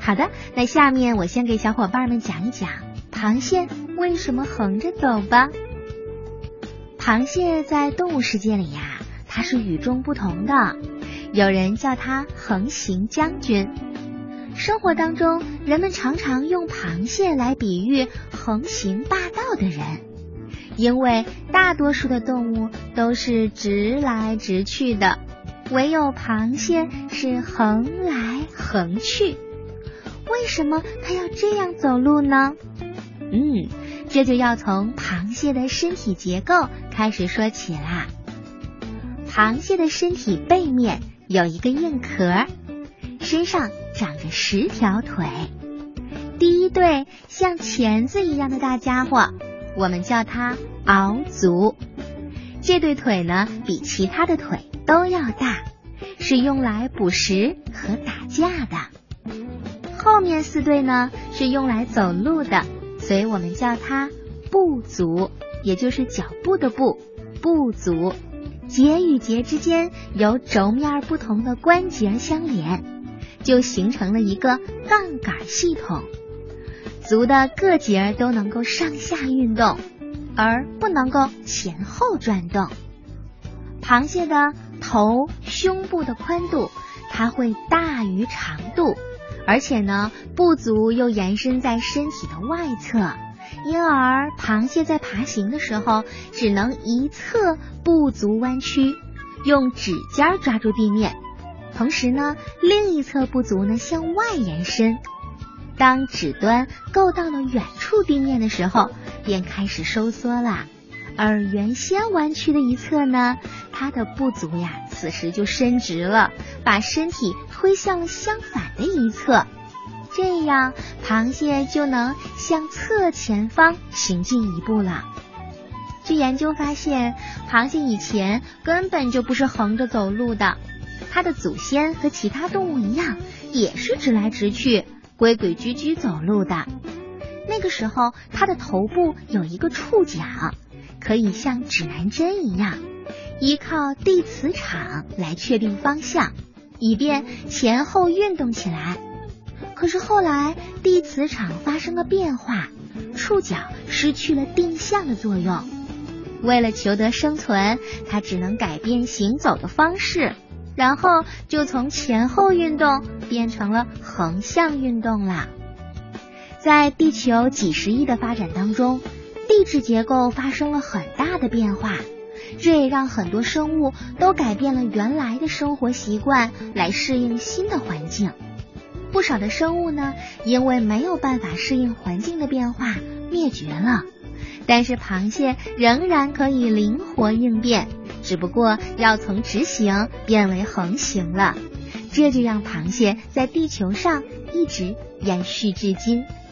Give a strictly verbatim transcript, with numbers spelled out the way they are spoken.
好的，那下面我先给小伙伴们讲一讲螃蟹为什么横着走吧。螃蟹在动物世界里呀，它是与众不同的，有人叫它横行将军。生活当中，人们常常用螃蟹来比喻横行霸道的人，因为大多数的动物都是直来直去的，唯有螃蟹是横来横去。为什么它要这样走路呢？嗯，这就要从螃蟹的身体结构开始说起啦。螃蟹的身体背面有一个硬壳，身上长着十条腿。第一对像钳子一样的大家伙，我们叫它螯足。这对腿呢，比其他的腿都要大，是用来捕食和打架的。后面四对呢，是用来走路的，所以我们叫它步足，也就是脚步的步，步足。节与节之间由轴面不同的关节相连，就形成了一个杠杆系统。足的各节都能够上下运动，而不能够前后转动。螃蟹的头、胸部的宽度，它会大于长度，而且呢，步足又延伸在身体的外侧，因而螃蟹在爬行的时候只能一侧步足弯曲，用指尖抓住地面，同时呢，另一侧步足呢向外延伸。当指端够到了远处地面的时候，便开始收缩啦。而原先弯曲的一侧呢，它的步足呀，此时就伸直了，把身体推向了相反的一侧。这样，螃蟹就能向侧前方行进一步了。据研究发现，螃蟹以前根本就不是横着走路的，它的祖先和其他动物一样，也是直来直去，规规矩矩走路的。那个时候，它的头部有一个触角，可以像指南针一样，依靠地磁场来确定方向，以便前后运动起来。可是后来地磁场发生了变化，触角失去了定向的作用。为了求得生存，它只能改变行走的方式，然后就从前后运动变成了横向运动了。在地球几十亿的发展当中，地质结构发生了很大的变化，这也让很多生物都改变了原来的生活习惯，来适应新的环境。不少的生物呢，因为没有办法适应环境的变化，灭绝了。但是螃蟹仍然可以灵活应变，只不过要从直行变为横行了。这就让螃蟹在地球上一直延续至今。